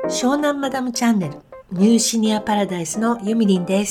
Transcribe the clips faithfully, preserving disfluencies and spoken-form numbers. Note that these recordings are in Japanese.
湘南マダムチャンネルニューシニアパラダイスのゆみりんです。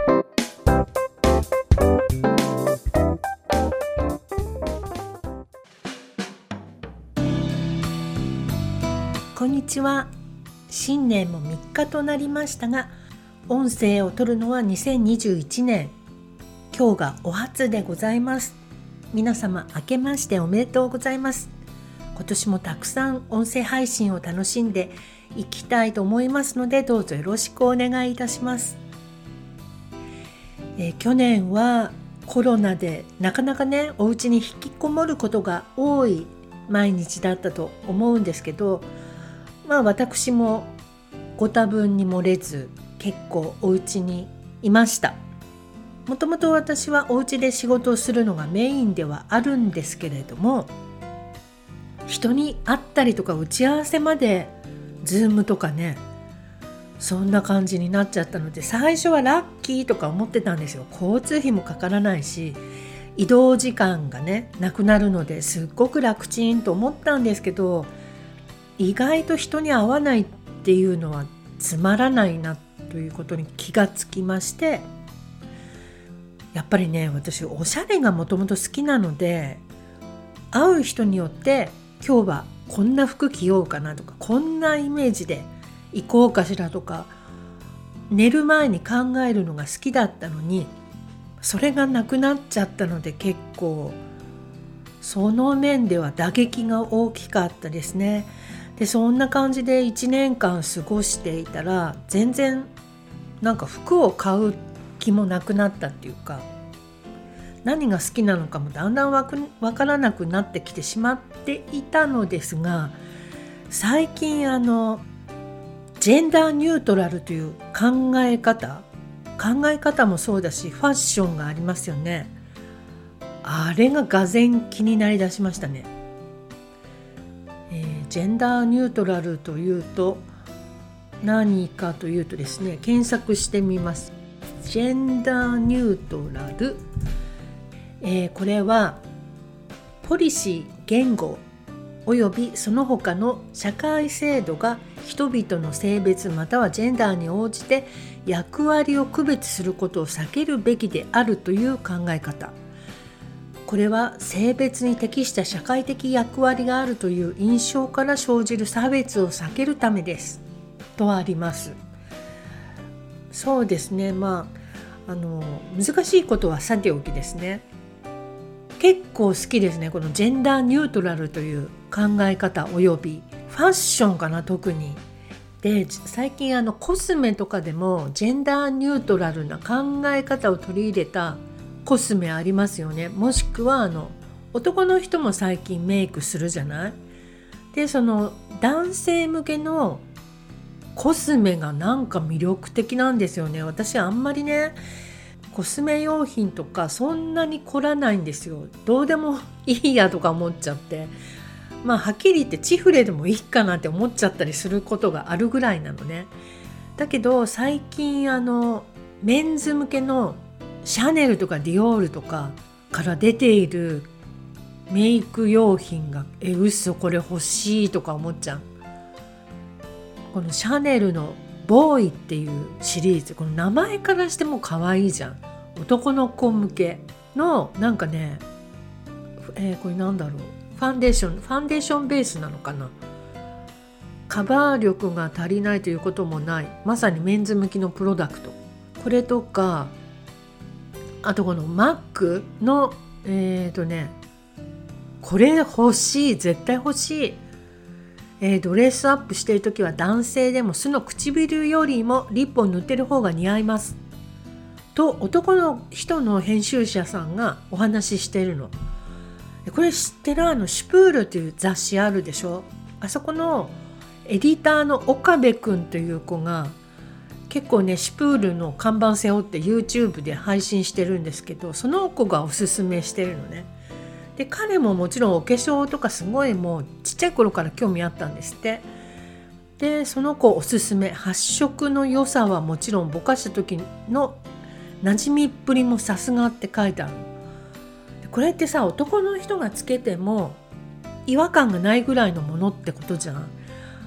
こんにちは。新年もみっかとなりましたが、音声を撮るのはにせんにじゅういちねん。今日がお初でございます。皆様明けましておめでとうございます。今年もたくさん音声配信を楽しんでいきたいと思いますので、どうぞよろしくお願いいたします。えー、去年はコロナでなかなかねお家に引きこもることが多い毎日だったと思うんですけど、まあ私もご多分に漏れず結構お家にいました。もともと私はお家で仕事をするのがメインではあるんですけれども、人に会ったりとか打ち合わせまでズームとかね、そんな感じになっちゃったので、最初はラッキーとか思ってたんですよ。交通費もかからないし移動時間がねなくなるのですっごく楽ちんと思ったんですけど、意外と人に会わないっていうのはつまらないなということに気がつきまして、やっぱりね私おしゃれがもともと好きなので、会う人によって今日はこんな服着ようかなとか、こんなイメージで行こうかしらとか、寝る前に考えるのが好きだったのに、それがなくなっちゃったので、結構その面では打撃が大きかったですね。でそんな感じでいちねんかん過ごしていたら、全然なんか服を買う気もなくなったっていうか、何が好きなのかもだんだんわくわからなくなってきてしまっていたのですが、最近あのジェンダーニュートラルという考え方考え方もそうだし、ファッションがありますよね。あれががぜん気になりだしましたね。えー、ジェンダーニュートラルというと何かというとですね、検索してみます。ジェンダーニュートラル、えー、これはポリシー、言語およびその他の社会制度が人々の性別またはジェンダーに応じて役割を区別することを避けるべきであるという考え方。これは性別に適した社会的役割があるという印象から生じる差別を避けるためですとあります。そうですね、まあ、あの難しいことはさておきですね、結構好きですね、このジェンダーニュートラルという考え方およびファッションかな、特に。で最近あのコスメとかでもジェンダーニュートラルな考え方を取り入れたコスメありますよね。もしくはあの男の人も最近メイクするじゃない。でその男性向けのコスメがなんか魅力的なんですよね。私あんまりねコスメ用品とかそんなに凝らないんですよ。どうでもいいやとか思っちゃって、まあはっきり言ってチフレでもいいかなって思っちゃったりすることがあるぐらいなのね。だけど最近あのメンズ向けのシャネルとかディオールとかから出ているメイク用品がえ嘘これ欲しいとか思っちゃう。このシャネルのボーイっていうシリーズ、この名前からしても可愛いじゃん。男の子向けのなんかね、えー、これなんだろう、ファンデーションファンデーションベースなのかな。カバー力が足りないということもない、まさにメンズ向きのプロダクト。これとか、あとこのマックのえっとねこれ欲しい、絶対欲しい、えー、ドレスアップしているときは男性でも素の唇よりもリップを塗ってる方が似合いますと男の人の編集者さんがお話ししているの。これ知ってる？あのシュプールっていう雑誌あるでしょ。あそこのエディターの岡部くんという子が結構ねシュプールの看板背負って YouTube で配信してるんですけど、その子がおすすめしてるのね。で彼ももちろんお化粧とかすごいもうちっちゃい頃から興味あったんですって。でその子おすすめ、発色の良さはもちろんぼかした時の馴染みっぷりもさすがって書いてある。これってさ、男の人がつけても違和感がないぐらいのものってことじゃん。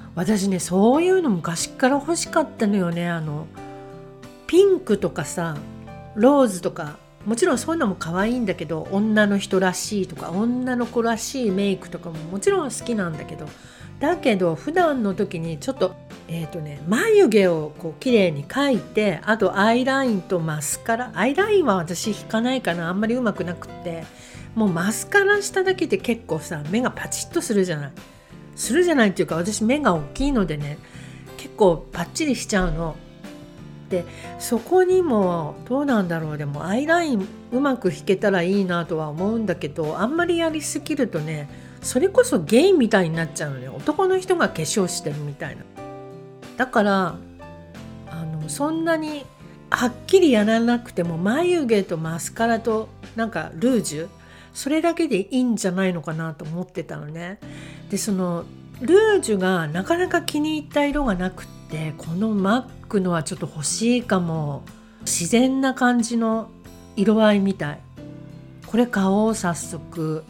私ねそういうの昔から欲しかったのよね。あのピンクとかさ、ローズとか、もちろんそういうのも可愛いんだけど、女の人らしいとか女の子らしいメイクとかももちろん好きなんだけど、だけど普段の時にちょっとえっとね眉毛をこう綺麗に描いて、あとアイラインとマスカラ、アイラインは私引かないかな、あんまりうまくなくって、もうマスカラしただけで結構さ目がパチッとするじゃないするじゃないっていうか、私目が大きいのでね結構パッチリしちゃうので、そこにもどうなんだろう、でもアイラインうまく引けたらいいなとは思うんだけど、あんまりやりすぎるとねそれこそゲイみたいになっちゃうのね。男の人が化粧してるみたいな。だからあのそんなにはっきりやらなくても眉毛とマスカラとなんかルージュ、それだけでいいんじゃないのかなと思ってたのね。でそのルージュがなかなか気に入った色がなくって、このマックのはちょっと欲しいかも。自然な感じの色合いみたい。これ買おう早速。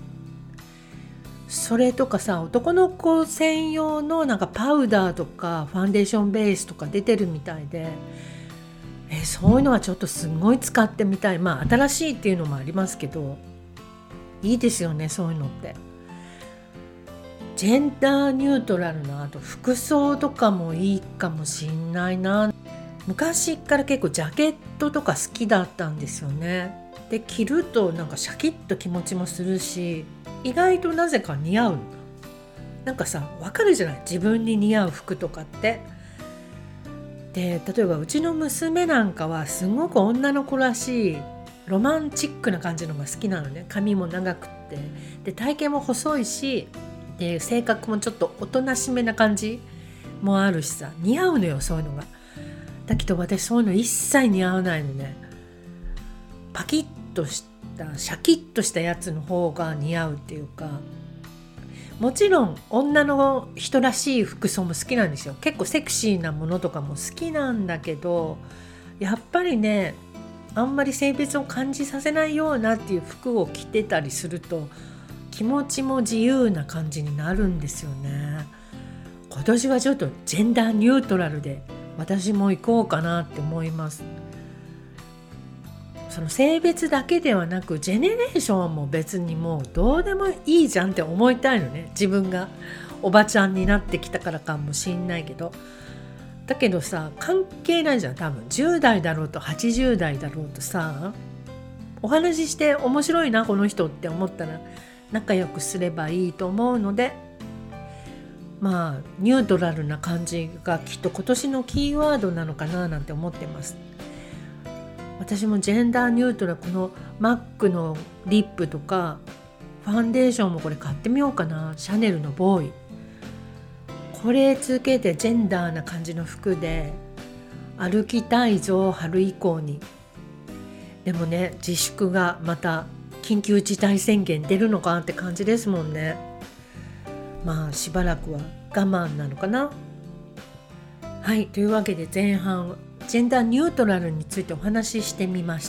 それとかさ、男の子専用のなんかパウダーとかファンデーションベースとか出てるみたいで、えそういうのはちょっとすごい使ってみたい。まあ新しいっていうのもありますけど、いいですよねそういうのって。ジェンダーニュートラルな、あと服装とかもいいかもしんないな。昔から結構ジャケットとか好きだったんですよね。で着るとなんかシャキッと気持ちもするし、意外となぜか似合う。なんかさ分かるじゃない、自分に似合う服とかって。で例えばうちの娘なんかはすごく女の子らしいロマンチックな感じのが好きなのね。髪も長くってで体型も細いし、で性格もちょっとおとなしめな感じもあるしさ、似合うのよそういうのが。だけど私そういうの一切似合わないのね。パキッとしたシャキッとしたやつの方が似合うっていうか、もちろん女の人らしい服装も好きなんですよ。結構セクシーなものとかも好きなんだけど、やっぱりねあんまり性別を感じさせないようなっていう服を着てたりすると気持ちも自由な感じになるんですよね。今年はちょっとジェンダーニュートラルで私も行こうかなって思います。その性別だけではなくジェネレーションも別にもうどうでもいいじゃんって思いたいのね。自分がおばちゃんになってきたからかもしんないけど、だけどさ関係ないじゃん。多分じゅう代だろうとはちじゅう代だろうとさ、お話しして面白いなこの人って思ったら仲良くすればいいと思うので、まあニュートラルな感じがきっと今年のキーワードなのかななんて思ってます。私もジェンダーニュートラル、このマックのリップとかファンデーションもこれ買ってみようかな。シャネルのボーイ、これつけてジェンダーな感じの服で歩きたいぞ春以降に。でもね自粛がまた緊急事態宣言出るのかって感じですもんね。まあしばらくは我慢なのかな。はい、というわけで前半ジェンダーニュートラルについてお話ししてみました。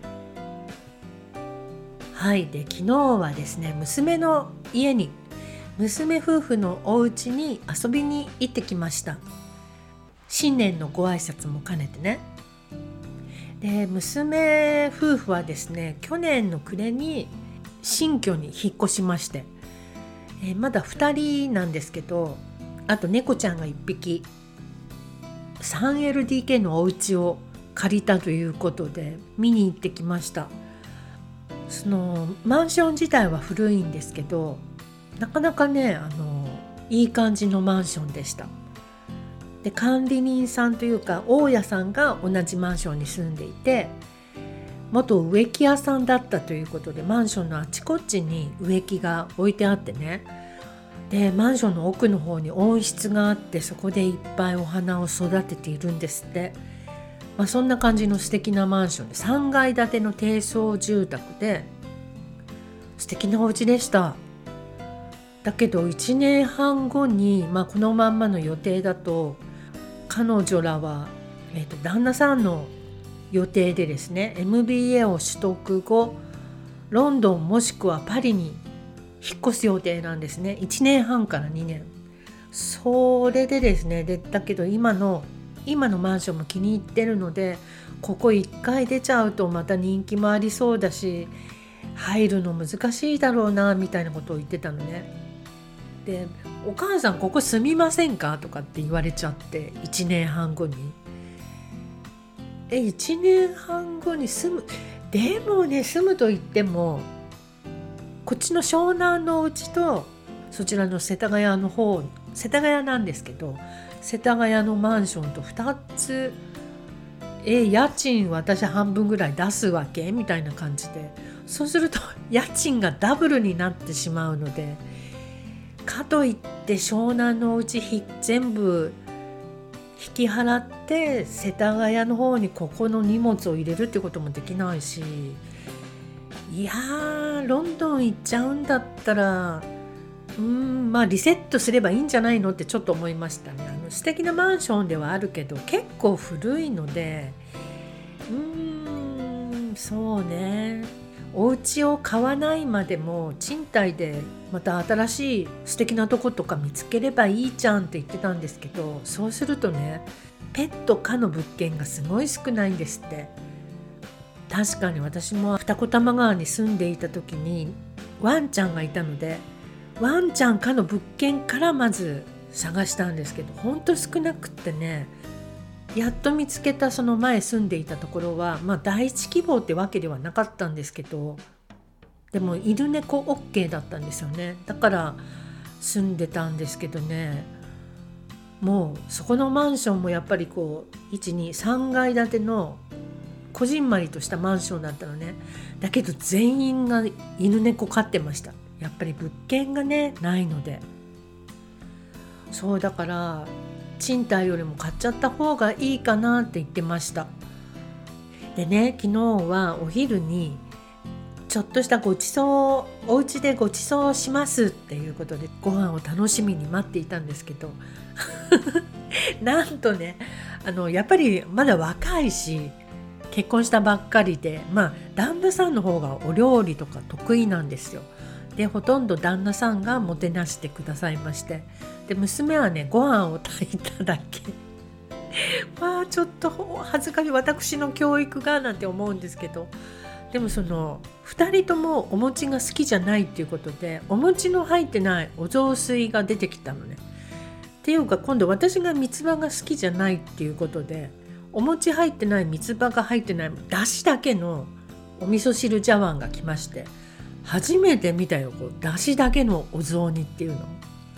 はい、で昨日はですね娘の家に、娘夫婦のお家に遊びに行ってきました。新年のご挨拶も兼ねてね。で娘夫婦はですね去年の暮れに新居に引っ越しまして、えー、まだふたりなんですけど、あと猫ちゃんがいっぴき スリーエルディーケー のお家を借りたということで見に行ってきました。そのマンション自体は古いんですけど、なかなかねあのいい感じのマンションでした。で管理人さんというか大家さんが同じマンションに住んでいて、元植木屋さんだったということでマンションのあちこちに植木が置いてあってね、でマンションの奥の方に温室があって、そこでいっぱいお花を育てているんですって。まあ、そんな感じの素敵なマンションでさんがい建ての低層住宅で素敵なお家でした。だけどいちねんはんごに、まあ、このまんまの予定だと彼女らは、えーと、旦那さんの予定でですね エムビーエー を取得後ロンドンもしくはパリに引っ越す予定なんですね。いちねんはんからにねん。 それでですね、でだけど今の今のマンションも気に入ってるので、ここいっかい出ちゃうとまた人気もありそうだし、入るの難しいだろうなみたいなことを言ってたのね。で、お母さんここ住みませんかとかって言われちゃって、いちねんはんごにえいちねんはんごに住む、でもね、住むと言ってもこっちの湘南のうちとそちらの世田谷の方、世田谷なんですけど、世田谷のマンションとふたつ、え家賃私半分ぐらい出すわけみたいな感じで、そうすると家賃がダブルになってしまうので、かといって湘南のうち全部引き払って世田谷の方にここの荷物を入れるってこともできないし、いやーロンドン行っちゃうんだったらうーんまあリセットすればいいんじゃないのってちょっと思いましたね。あの素敵なマンションではあるけど結構古いので、うーんそうね、お家を買わないまでも賃貸でまた新しい素敵なとことか見つければいいじゃんって言ってたんですけど、そうするとね、ペット可の物件がすごい少ないんですって。確かに私も二子玉川に住んでいた時にワンちゃんがいたので、ワンちゃん可の物件からまず探したんですけど、ほんと少なくってね、やっと見つけたその前住んでいたところは、まあ第一希望ってわけではなかったんですけど、でも犬猫 OK だったんですよね。だから住んでたんですけどね、もうそこのマンションもやっぱりこういちにさんがい建てのこじんまりとしたマンションだったのね。だけど全員が犬猫飼ってました。やっぱり物件がねないので、そうだから賃貸よりも買っちゃった方がいいかなって言ってました。でね、昨日はお昼にちょっとしたごちそう、お家でごちそうしますっていうことでご飯を楽しみに待っていたんですけどなんとね、あのやっぱりまだ若いし結婚したばっかりで、まあ旦那さんの方がお料理とか得意なんですよ。でほとんど旦那さんがもてなしてくださいまして、で娘はねご飯を炊いただけまあちょっと恥ずかしい、私の教育がなんて思うんですけど、でもそのふたりともお餅が好きじゃないっていうことで、お餅の入ってないお雑炊が出てきたのね。っていうか今度私が三つ葉が好きじゃないっていうことで、お餅入ってない三つ葉が入ってないだしだけのお味噌汁茶碗が来まして、初めて見たよ、こうだしだけのお雑煮っていうの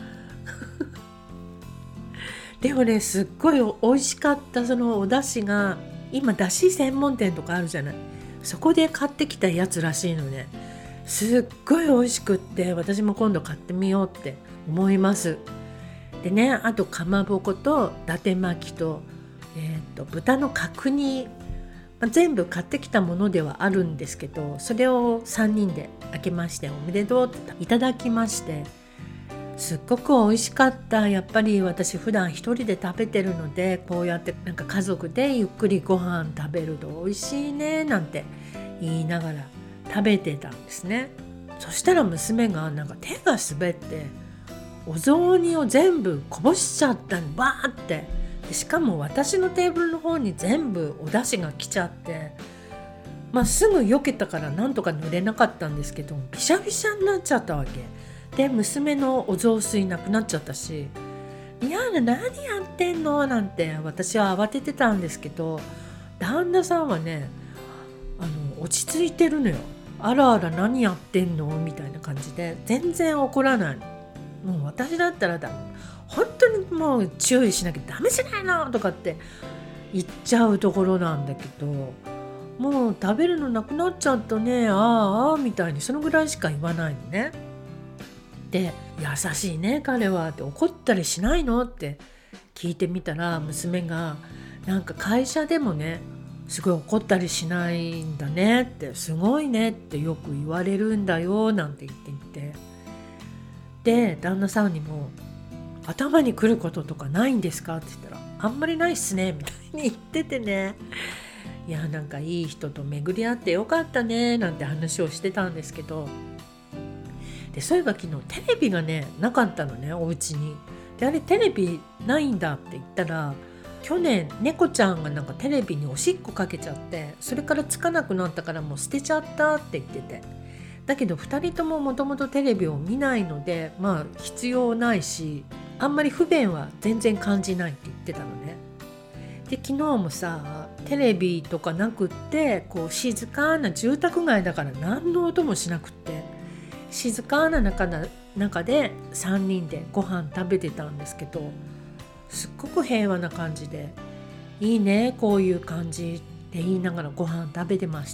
でもね、すっごい美味しかった。そのお出汁が今だし専門店とかあるじゃない、そこで買ってきたやつらしいのね。すっごい美味しくって、私も今度買ってみようって思います。でね、あとかまぼこと伊達巻きと、えー、と豚の角煮、まあ、全部買ってきたものではあるんですけど、それをさんにんで開けましておめでとうっていただきまして、すっごく美味しかった。やっぱり私普段一人で食べてるので、こうやってなんか家族でゆっくりご飯食べると美味しいねなんて言いながら食べてたんですね。そしたら娘がなんか手が滑ってお雑煮を全部こぼしちゃったの、バーって。でしかも私のテーブルの方に全部お出汁が来ちゃって、まあすぐ避けたからなんとか濡れなかったんですけど、びしゃびしゃになっちゃったわけで、娘のお雑炊なくなっちゃったし、いや何やってんのなんて私は慌ててたんですけど、旦那さんはね、あの落ち着いてるのよ。あらあら何やってんのみたいな感じで全然怒らないの。もう私だったらだ本当にもう注意しなきゃダメじゃないのとかって言っちゃうところなんだけど、もう食べるのなくなっちゃったね、ああああみたいにそのぐらいしか言わないのね。で優しいね彼はって、怒ったりしないのって聞いてみたら、娘がなんか会社でもねすごい怒ったりしないんだねって、すごいねってよく言われるんだよなんて言っていて、で旦那さんにも頭に来ることとかないんですかって言ったら、あんまりないっすねみたいに言っててね、いやなんかいい人と巡り合ってよかったねなんて話をしてたんですけど、でそういえば昨日テレビがねなかったのね、お家に。 であれテレビないんだって言ったら、去年猫ちゃんがなんかテレビにおしっこかけちゃって、それからつかなくなったからもう捨てちゃったって言ってて、だけどふたりとももともとテレビを見ないので、まあ必要ないし、あんまり不便は全然感じないって言ってたのね。で昨日もさ、テレビとかなくって、こう静かな住宅街だから何の音もしなくって、静かな中だ中でさんにんでご飯食べてたんですけど、すっごく平和な感じで、いいねこういう感じって言いながらご飯食べてました。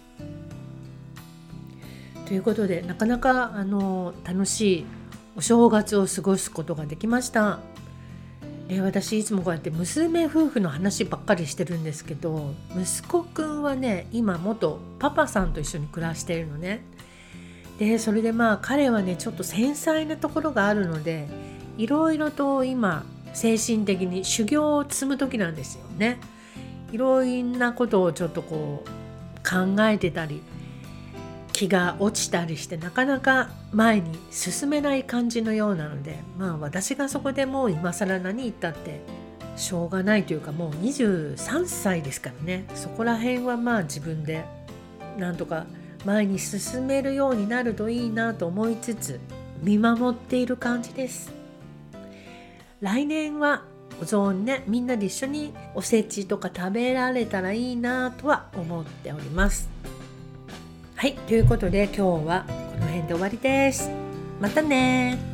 ということで、なかなかあの楽しいお正月を過ごすことができました。で私いつもこうやって娘夫婦の話ばっかりしてるんですけど、息子くんはね今元パパさんと一緒に暮らしているのね。でそれでまあ彼はねちょっと繊細なところがあるので、いろいろと今精神的に修行を積む時なんですよね。いろんなことをちょっとこう考えてたり、気が落ちたりして、なかなか前に進めない感じのようなので、まあ私がそこでもう今更何言ったってしょうがないというか、もうにじゅうさんさいですからね、そこら辺はまあ自分でなんとか前に進めるようになるといいなと思いつつ見守っている感じです。来年はお雑煮ね、みんなで一緒におせちとか食べられたらいいなとは思っております。はい、ということで今日はこの辺で終わりです。またね。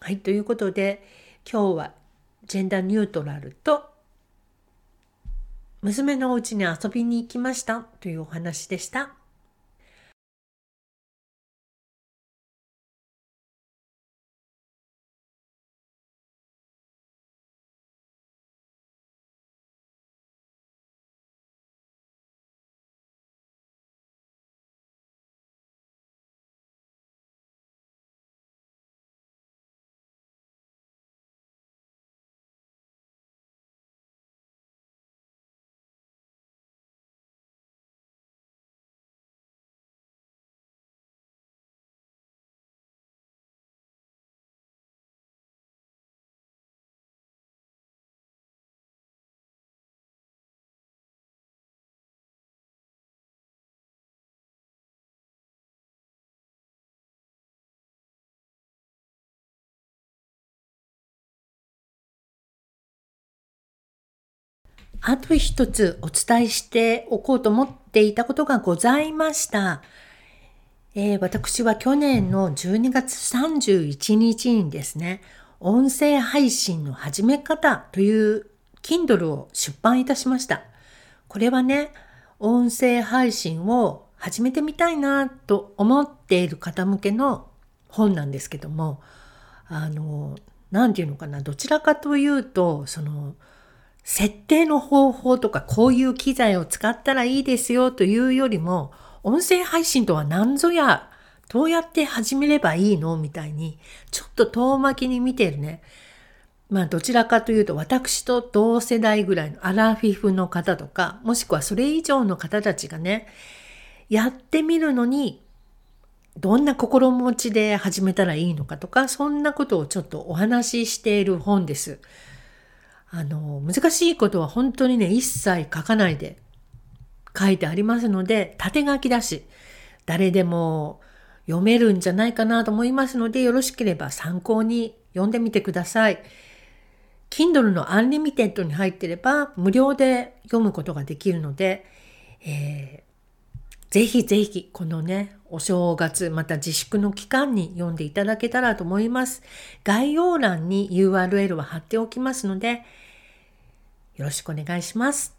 はい、ということで今日はジェンダーニュートラルと娘のお家に遊びに行きましたというお話でした。あと一つお伝えしておこうと思っていたことがございました。えー、私は去年のじゅうにがつさんじゅういちにちにですね、音声配信の始め方という Kindle を出版いたしました。これはね、音声配信を始めてみたいなと思っている方向けの本なんですけども、あの、なんていうのかな、どちらかというと、その、設定の方法とかこういう機材を使ったらいいですよというよりも、音声配信とは何ぞや、どうやって始めればいいのみたいに、ちょっと遠巻きに見てるね。まあどちらかというと私と同世代ぐらいのアラフィフの方とか、もしくはそれ以上の方たちがね、やってみるのに、どんな心持ちで始めたらいいのかとか、そんなことをちょっとお話ししている本です。あの、難しいことは本当にね、一切書かないで書いてありますので、縦書きだし、誰でも読めるんじゃないかなと思いますので、よろしければ参考に読んでみてください。Kindle のアンリミテッドに入ってれば、無料で読むことができるので、えー、ぜひぜひ、このね、お正月、また自粛の期間に読んでいただけたらと思います。概要欄に ユーアールエル は貼っておきますので、よろしくお願いします。